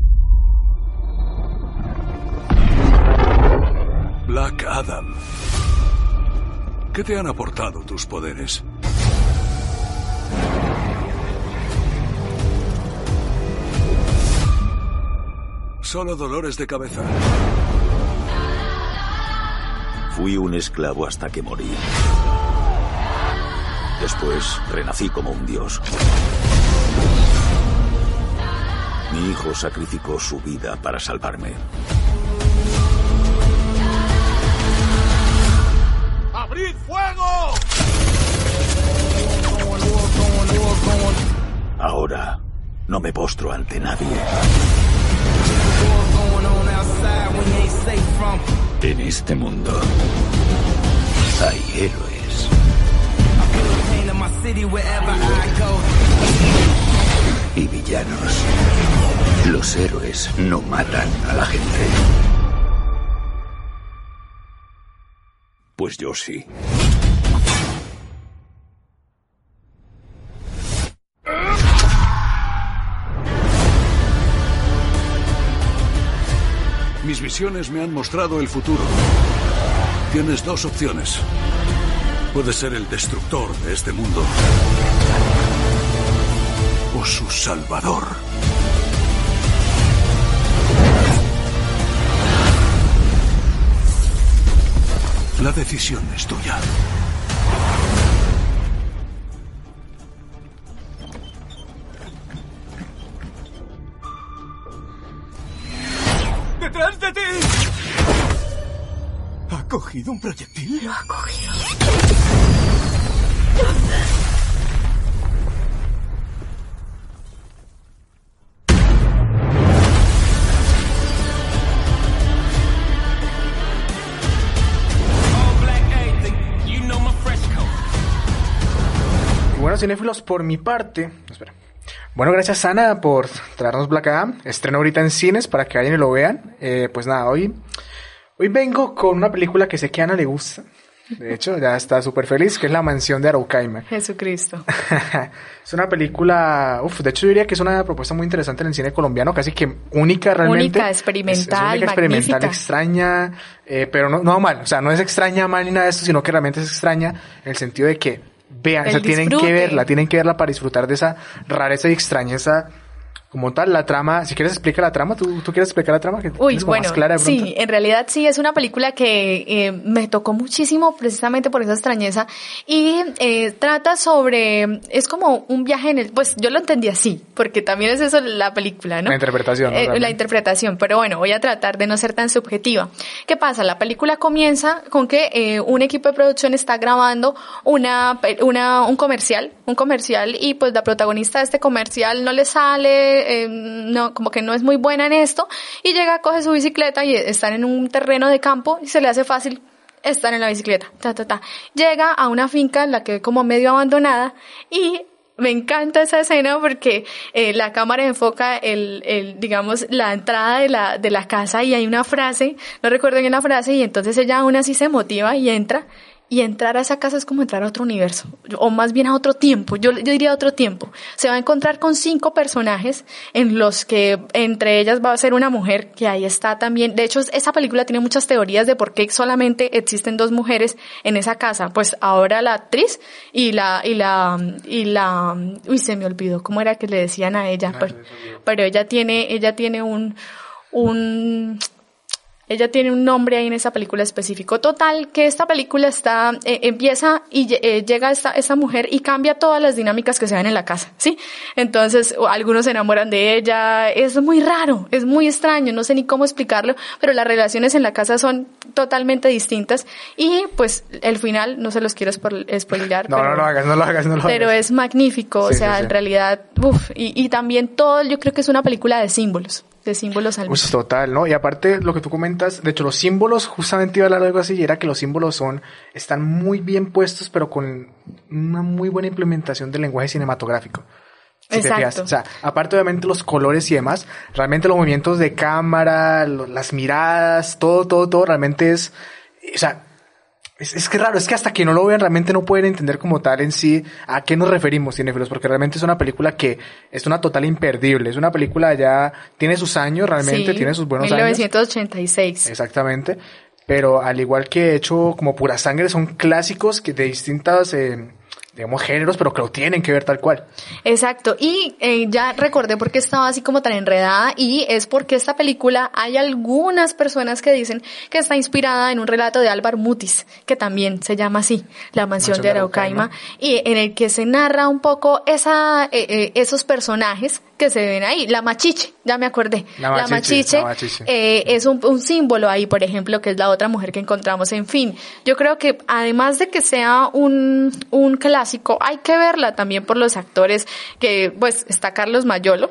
Black Adam, ¿qué te han aportado tus poderes? Solo dolores de cabeza. Fui un esclavo hasta que morí. Después renací como un dios. Mi hijo sacrificó su vida para salvarme. ¡Abrid fuego! Ahora no me postro ante nadie. En este mundo hay héroes y villanos. Los héroes no matan a la gente. Pues yo sí. Mis visiones me han mostrado el futuro. Tienes dos opciones. Puedes ser el destructor de este mundo o su salvador. La decisión es tuya. ¡Detrás de ti! ¿Ha cogido un proyectil? Lo ha cogido. cinéfilos, por mi parte... Espera. Bueno, gracias Ana por traernos Black Adam. Estreno ahorita en cines para que vayan y lo vean. Pues nada, hoy vengo con una película que sé que a Ana le gusta. De hecho, ya está súper feliz, que es La Mansión de Araucaima. Jesucristo. Es una película, de hecho yo diría que es una propuesta muy interesante en el cine colombiano, casi que única realmente. Única, experimental, es única, experimental, magnífica. Extraña, pero no mal, o sea, no es extraña mal ni nada de esto, sino que realmente es extraña en el sentido de que vean, o sea, tienen que verla para disfrutar de esa rareza y extrañeza. Como tal, la trama, si quieres explicar la trama, ¿tú quieres explicar la trama? Que bueno, más clara de pronto. Sí, en realidad sí, es una película que me tocó muchísimo precisamente por esa extrañeza y trata sobre, es como un viaje en el, pues yo lo entendí así, porque también es eso la película, ¿no? La interpretación. La interpretación, pero bueno, voy a tratar de no ser tan subjetiva. ¿Qué pasa? La película comienza con que un equipo de producción está grabando un comercial y pues la protagonista de este comercial no le sale, no, como que no es muy buena en esto, y llega, coge su bicicleta y están en un terreno de campo y se le hace fácil estar en la bicicleta. Llega a una finca en la que ve como medio abandonada y me encanta esa escena porque la cámara enfoca digamos, la entrada de la casa y hay una frase, no recuerdo bien la frase, y entonces ella aún así se motiva y entra. Y entrar a esa casa es como entrar a otro universo, o más bien a otro tiempo, yo diría a otro tiempo. Se va a encontrar con 5 personajes, en los que entre ellas va a ser una mujer, que ahí está también. De hecho, esa película tiene muchas teorías de por qué solamente existen 2 mujeres en esa casa. Pues ahora la actriz y la, se me olvidó cómo era que le decían a ella, pero ella tiene un nombre ahí en esa película específico. Total, que esta película empieza y llega esta mujer y cambia todas las dinámicas que se ven en la casa, ¿sí? Entonces, algunos se enamoran de ella, es muy raro, es muy extraño, no sé ni cómo explicarlo, pero las relaciones en la casa son totalmente distintas y pues el final, no se los quiero spoilear. No lo hagas. Pero es magnífico, sí, o sea, sí. En realidad, y también todo, yo creo que es una película de símbolos al mismo. Total, ¿no? Y aparte, lo que tú comentas, de hecho, los símbolos, justamente iba a hablar de algo así, y era que los símbolos están muy bien puestos, pero con una muy buena implementación del lenguaje cinematográfico. Si te fijas. O sea, aparte obviamente los colores y demás, realmente los movimientos de cámara, las miradas, todo realmente es, o sea, es que raro, es que hasta que no lo vean realmente no pueden entender como tal en sí a qué nos referimos, cinéfilos, porque realmente es una película que es una total imperdible, es una película ya, tiene sus años realmente, sí, tiene sus buenos 1986. años. Exactamente, pero al igual que hecho como Pura Sangre, son clásicos que de distintas, digamos, géneros, pero que lo tienen que ver tal cual. Exacto, y ya recordé por qué estaba así como tan enredada, y es porque esta película hay algunas personas que dicen que está inspirada en un relato de Álvar Mutis, que también se llama así, La Mansión de Araucaima, y en el que se narra un poco esos personajes que se ven ahí. La Machiche, ya me acordé. La Machiche. Es un símbolo ahí, por ejemplo, que es la otra mujer que encontramos. En fin, yo creo que además de que sea un clásico, hay que verla también por los actores, que pues está Carlos Mayolo,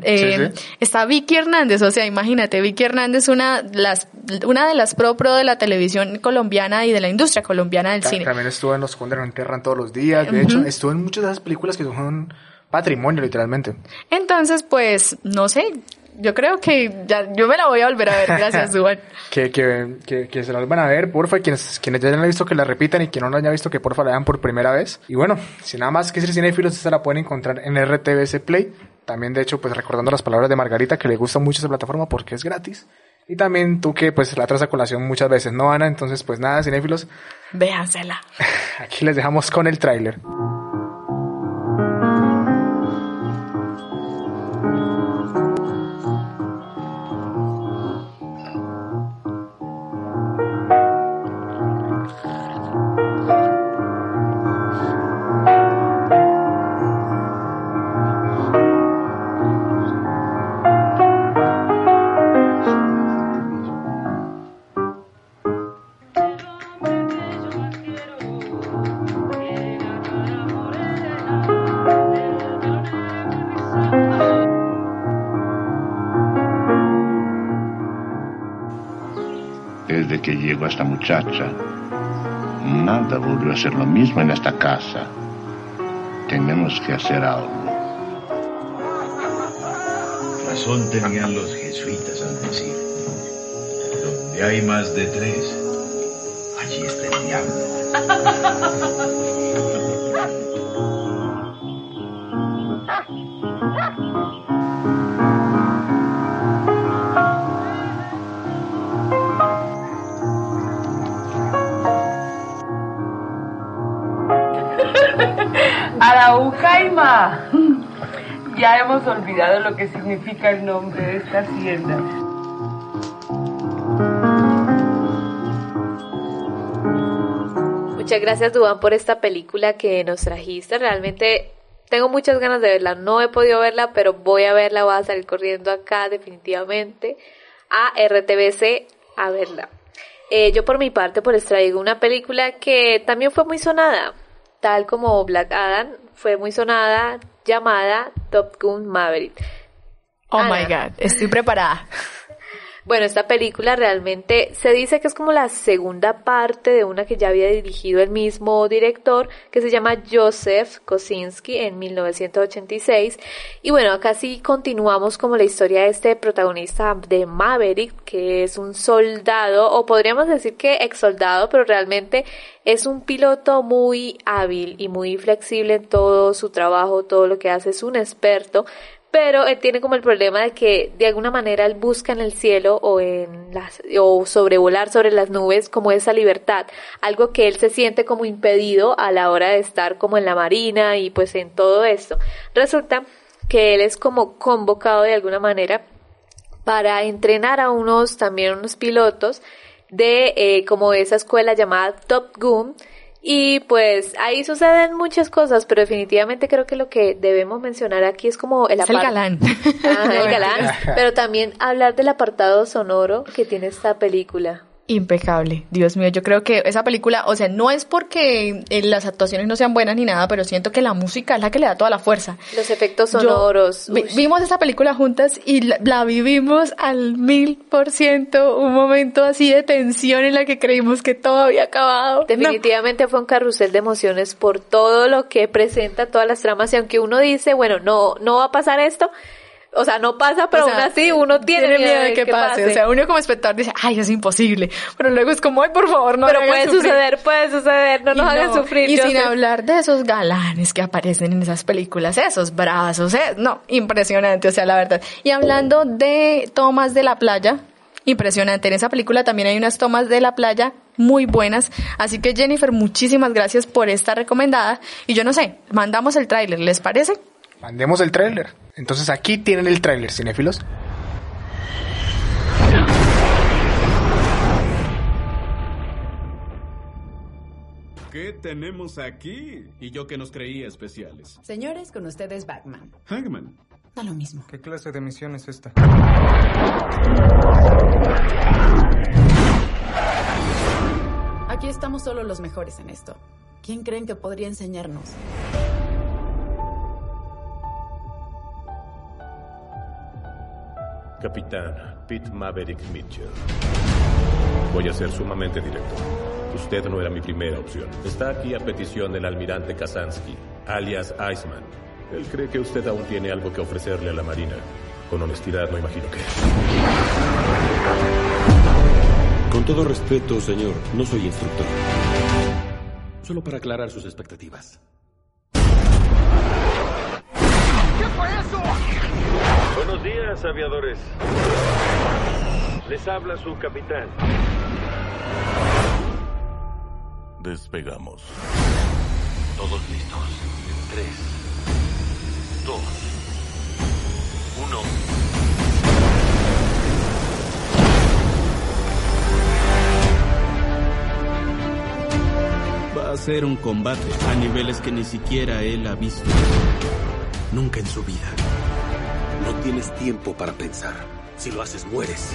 está Vicky Hernández, o sea, imagínate, Vicky Hernández, una de las pro de la televisión colombiana y de la industria colombiana del cine. También estuvo en Los Conde no entierran todos los días, de hecho, estuvo en muchas de esas películas que son patrimonio, literalmente. Entonces, pues, no sé, yo creo que ya yo me la voy a volver a ver, gracias, Duan. que se la van a ver, porfa, quienes ya hayan visto que la repitan y quien no la haya visto que porfa la vean por primera vez. Y bueno, sin nada más que decir, cinéfilos, esta la pueden encontrar en RTVS Play. También, de hecho, pues recordando las palabras de Margarita, que le gusta mucho esa plataforma porque es gratis. Y también tú que pues la traes a colación muchas veces, ¿no, Ana? Entonces, pues nada, cinéfilos. Véansela. Aquí les dejamos con el tráiler. Desde que llegó esta muchacha, nada volvió a ser lo mismo en esta casa. Tenemos que hacer algo. Razón tenían los jesuitas al decir: donde hay más de 3, allí está el diablo. Araucaima. Ya hemos olvidado lo que significa el nombre de esta hacienda. Muchas gracias, Duván, por esta película que nos trajiste. Realmente tengo muchas ganas de verla. No he podido verla, pero voy a verla. Voy a salir corriendo acá definitivamente a RTBC a verla. Yo por mi parte pues traigo una película que también fue muy sonada, tal como Black Adam fue muy sonada, llamada Top Gun Maverick. Oh my God, estoy preparada. Bueno, esta película realmente se dice que es como la segunda parte de una que ya había dirigido el mismo director, que se llama Joseph Kosinski en 1986. Y bueno, acá sí continuamos como la historia de este protagonista de Maverick, que es un soldado, o podríamos decir que ex soldado, pero realmente es un piloto muy hábil y muy flexible en todo su trabajo, todo lo que hace, es un experto. Pero él tiene como el problema de que de alguna manera él busca en el cielo o sobrevolar sobre las nubes como esa libertad, algo que él se siente como impedido a la hora de estar como en la marina y pues en todo esto. Resulta que él es como convocado de alguna manera para entrenar a unos pilotos de como esa escuela llamada Top Gun. Y pues ahí suceden muchas cosas, pero definitivamente creo que lo que debemos mencionar aquí es como el galán. El galán, pero también hablar del apartado sonoro que tiene esta película. Impecable, Dios mío, yo creo que esa película, o sea, no es porque las actuaciones no sean buenas ni nada, pero siento que la música es la que le da toda la fuerza. Los efectos sonoros. Vimos esa película juntas y la vivimos al 1000%, un momento así de tensión en la que creímos que todo había acabado. Definitivamente fue un carrusel de emociones por todo lo que presenta, todas las tramas, y aunque uno dice, bueno, no va a pasar esto, o sea, no pasa, pero aún así uno tiene miedo de que pase. O sea, uno como espectador dice, ay, es imposible. Pero luego es como, ay, por favor, no pero me hagan sufrir. puede suceder, no nos hagan sufrir. Y sin hablar de esos galanes que aparecen en esas películas, esos brazos, no, impresionante, o sea, la verdad. Y hablando de tomas de la playa, impresionante. En esa película también hay unas tomas de la playa muy buenas. Así que, Jennifer, muchísimas gracias por esta recomendada. Y yo no sé, mandamos el tráiler, ¿les parece? Mandemos el tráiler. Entonces aquí tienen el tráiler, cinéfilos. ¿Qué tenemos aquí? Y yo que nos creía especiales. Señores, con ustedes Batman. Hagman. Da lo mismo. ¿Qué clase de misión es esta? Aquí estamos solo los mejores en esto. ¿Quién creen que podría enseñarnos? Capitán Pete Maverick Mitchell. Voy a ser sumamente directo. Usted no era mi primera opción. Está aquí a petición del almirante Kazansky, alias Iceman. Él cree que usted aún tiene algo que ofrecerle a la Marina. Con honestidad, no imagino qué. Con todo respeto, señor, no soy instructor. Solo para aclarar sus expectativas. ¿Qué fue eso? Buenos días, aviadores. Les habla su capitán. Despegamos. Todos listos. 3, 2, 1. Va a ser un combate a niveles que ni siquiera él ha visto. Nunca en su vida. No tienes tiempo para pensar. Si lo haces, mueres.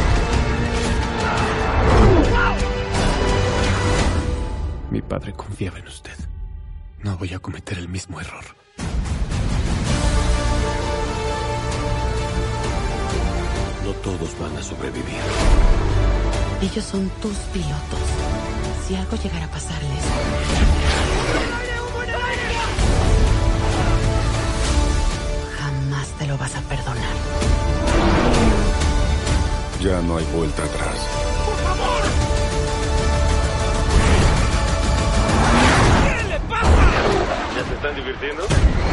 Mi padre confiaba en usted. No voy a cometer el mismo error. No todos van a sobrevivir. Ellos son tus pilotos. Si algo llegara a pasarles... lo vas a perdonar. Ya no hay vuelta atrás. ¡Por favor! ¿Qué le pasa? ¿Ya se están divirtiendo?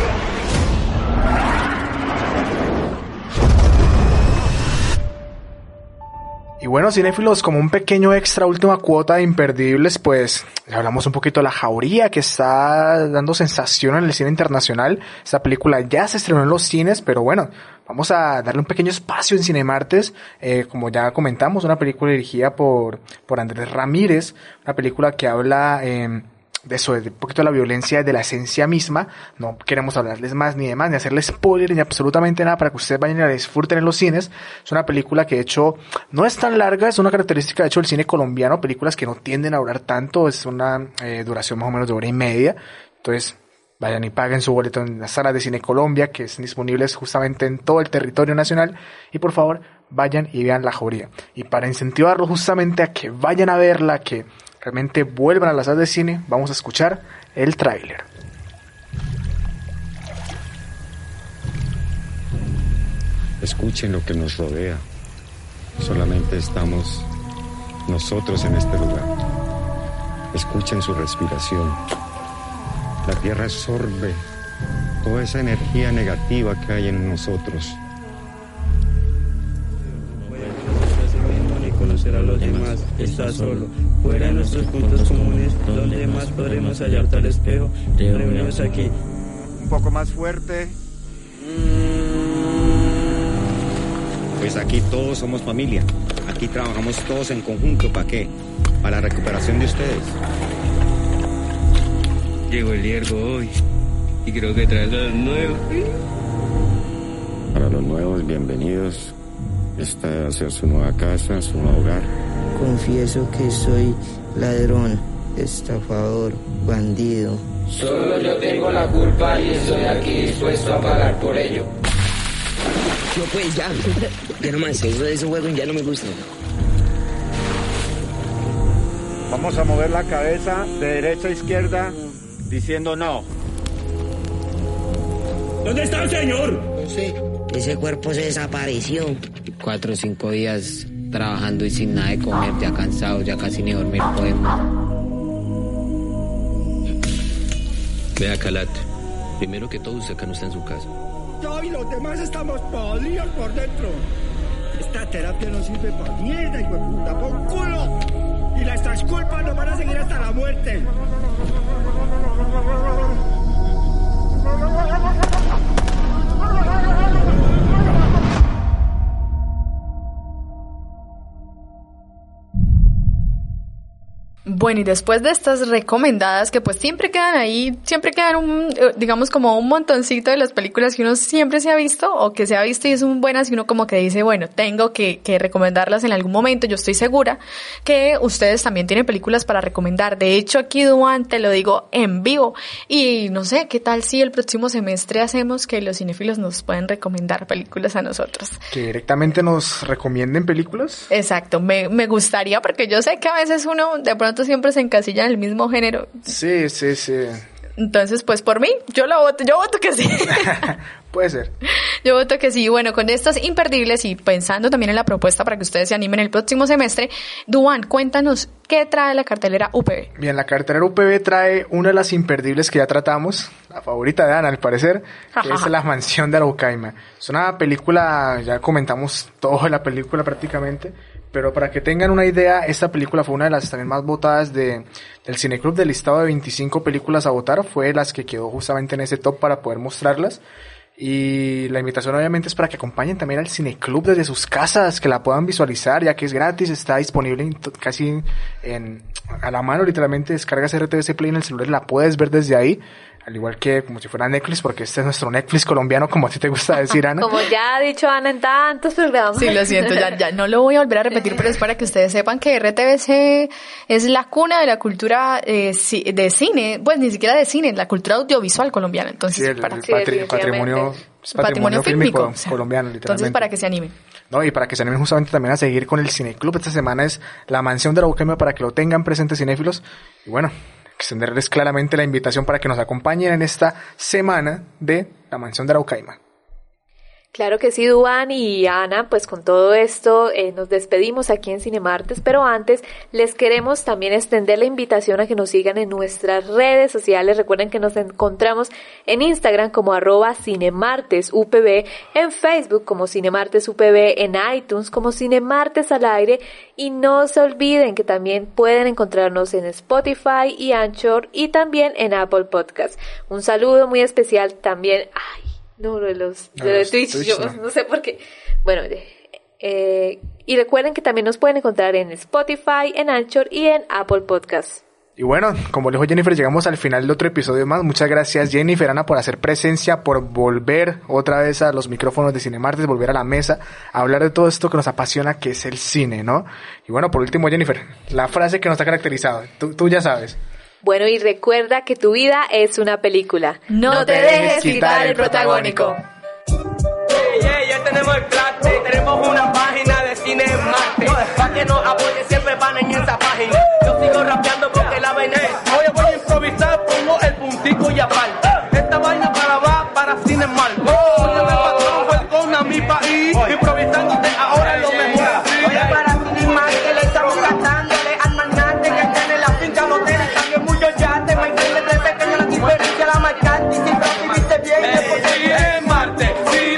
Y bueno, cinéfilos, como un pequeño extra, última cuota de imperdibles, pues ya hablamos un poquito de La Jauría, que está dando sensación en el cine internacional. Esta película ya se estrenó en los cines, pero bueno, vamos a darle un pequeño espacio en Cinemartes. Como ya comentamos, una película dirigida por Andrés Ramírez, una película que habla de eso, de un poquito de la violencia, de la esencia misma. No queremos hablarles más ni de más, ni hacerles spoiler, ni absolutamente nada para que ustedes vayan y la disfruten en los cines. Es una película que de hecho no es tan larga, es una característica de hecho del cine colombiano, películas que no tienden a durar tanto, es una duración más o menos de 1:30. Entonces vayan y paguen su boleto en las salas de Cine Colombia, que están disponibles justamente en todo el territorio nacional, y por favor vayan y vean La Jauría. Y para incentivarlos justamente a que vayan a verla, que realmente vuelvan a las salas de cine, vamos a escuchar el tráiler. Escuchen lo que nos rodea. Solamente estamos nosotros en este lugar. Escuchen su respiración. La tierra absorbe toda esa energía negativa que hay en nosotros. Conocer a los demás, está solo, fuera de nuestros puntos comunes, donde más podremos hallar tal espejo, reunidos aquí. Un poco más fuerte. Pues aquí todos somos familia, aquí trabajamos todos en conjunto, ¿para qué? Para la recuperación de ustedes. Llegó el hiergo hoy, y creo que trae los nuevos. Para los nuevos, bienvenidos. Esta va a ser su nueva casa, su nuevo hogar. Confieso que soy ladrón, estafador, bandido. Solo yo tengo la culpa y estoy aquí dispuesto a pagar por ello. Yo pues ya no más, eso de ese juego ya no me gusta. Vamos a mover la cabeza de derecha a izquierda diciendo no. ¿Dónde está el señor? No sé, ese cuerpo se desapareció. 4 o 5 días trabajando y sin nada de comer, ya cansado, ya casi ni dormir podemos. Vea, Calat, primero que todo usted acá no está en su casa. Yo y los demás estamos podridos por dentro. Esta terapia no sirve para mierda, hijo de puta, por culo. Y nuestras culpas nos van a seguir hasta la muerte. Bueno, y después de estas recomendadas, que pues siempre quedan ahí, siempre quedan digamos como un montoncito de las películas que uno siempre se ha visto o que se ha visto y son buenas y uno como que dice, bueno, tengo que recomendarlas en algún momento. Yo estoy segura que ustedes también tienen películas para recomendar. De hecho, aquí, Duan, te lo digo en vivo. Y no sé, ¿qué tal si el próximo semestre hacemos que los cinéfilos nos pueden recomendar películas a nosotros? ¿Que directamente nos recomienden películas? Exacto, me gustaría, porque yo sé que a veces uno de pronto siempre se encasilla en el mismo género. Sí. Entonces, pues por mí, yo voto que sí. Puede ser. Yo voto que sí. Bueno, con estos imperdibles y pensando también en la propuesta para que ustedes se animen el próximo semestre, Duan, cuéntanos qué trae la cartelera UPB. Bien, la cartelera UPB trae una de las imperdibles que ya tratamos, la favorita de Ana al parecer, que es La Mansión de Araucaima. Es una película, ya comentamos toda la película prácticamente, pero para que tengan una idea, esta película fue una de las también más votadas del Cineclub, del listado de 25 películas a votar, fue las que quedó justamente en ese top para poder mostrarlas. Y la invitación obviamente es para que acompañen también al Cineclub desde sus casas, que la puedan visualizar, ya que es gratis, está disponible casi a la mano, literalmente descargas RTVC Play en el celular y la puedes ver desde ahí, al igual que como si fuera Netflix, porque este es nuestro Netflix colombiano, como a ti te gusta decir, Ana. Como ya ha dicho Ana en tantos programas. Sí, lo siento, ya no lo voy a volver a repetir, pero es para que ustedes sepan que RTVC es la cuna de la cultura de cine, pues ni siquiera de cine, la cultura audiovisual colombiana. Entonces, sí, patrimonio fílmico colombiano, literalmente. Entonces, para que se animen. No, y para que se animen justamente también a seguir con el Cineclub. Esta semana es La Mansión de Araucaima, para que lo tengan presentes cinéfilos. Y bueno, extenderles claramente la invitación para que nos acompañen en esta semana de La Mansión de Araucaima. Claro que sí, Duan y Ana, pues con todo esto nos despedimos aquí en Cinemartes, pero antes les queremos también extender la invitación a que nos sigan en nuestras redes sociales. Recuerden que nos encontramos en Instagram como @cinemartesupb, en Facebook como cinemartesupb, en iTunes como Cinemartes al aire, y no se olviden que también pueden encontrarnos en Spotify y Anchor y también en Apple Podcast. Un saludo muy especial también, de Twitch, yo no sé por qué. Bueno, y recuerden que también nos pueden encontrar en Spotify, en Anchor y en Apple Podcasts. Y bueno, como dijo Jennifer, llegamos al final de otro episodio más. Muchas gracias, Jennifer, Ana, por hacer presencia, por volver otra vez a los micrófonos de Cinemartes, volver a la mesa, a hablar de todo esto que nos apasiona, que es el cine, ¿no? Y bueno, por último, Jennifer, la frase que nos ha caracterizado, tú ya sabes. Bueno, y recuerda que tu vida es una película. No te dejes quitar el protagónico. Ya tenemos el plate, tenemos una página de Cine en Marte. Pa' que nos apoye siempre van en esa página. Yo sigo rapeando porque la vaina es. Hoy voy a improvisar, pongo el puntico y aparte. Esta vaina para Cine en Marte. Oye, me patrón, welcome a mi país. Improvisándote ahora es lo mejor. Oye, para Cine en Marte le estamos cantándole al magnate que tiene la finca, no tiene también muchos yates. Me entiendes de pequeña la diferencia, la marcante. Y si no viviste bien, Cine en Marte.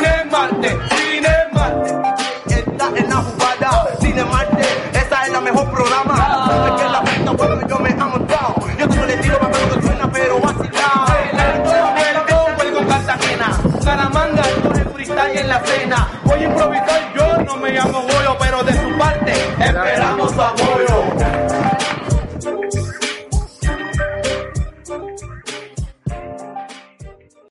Está en la jugada, Cine Marte, esa es la mejor programa. Es que la venta, bueno, yo me he montado. Yo tengo el estilo para que suena, pero vacilado. Vuelvo con Cartagena, Caramanga, con el freestyle en la cena. Voy a improvisar, yo no me llamo Goyo, pero de su parte esperamos su apoyo.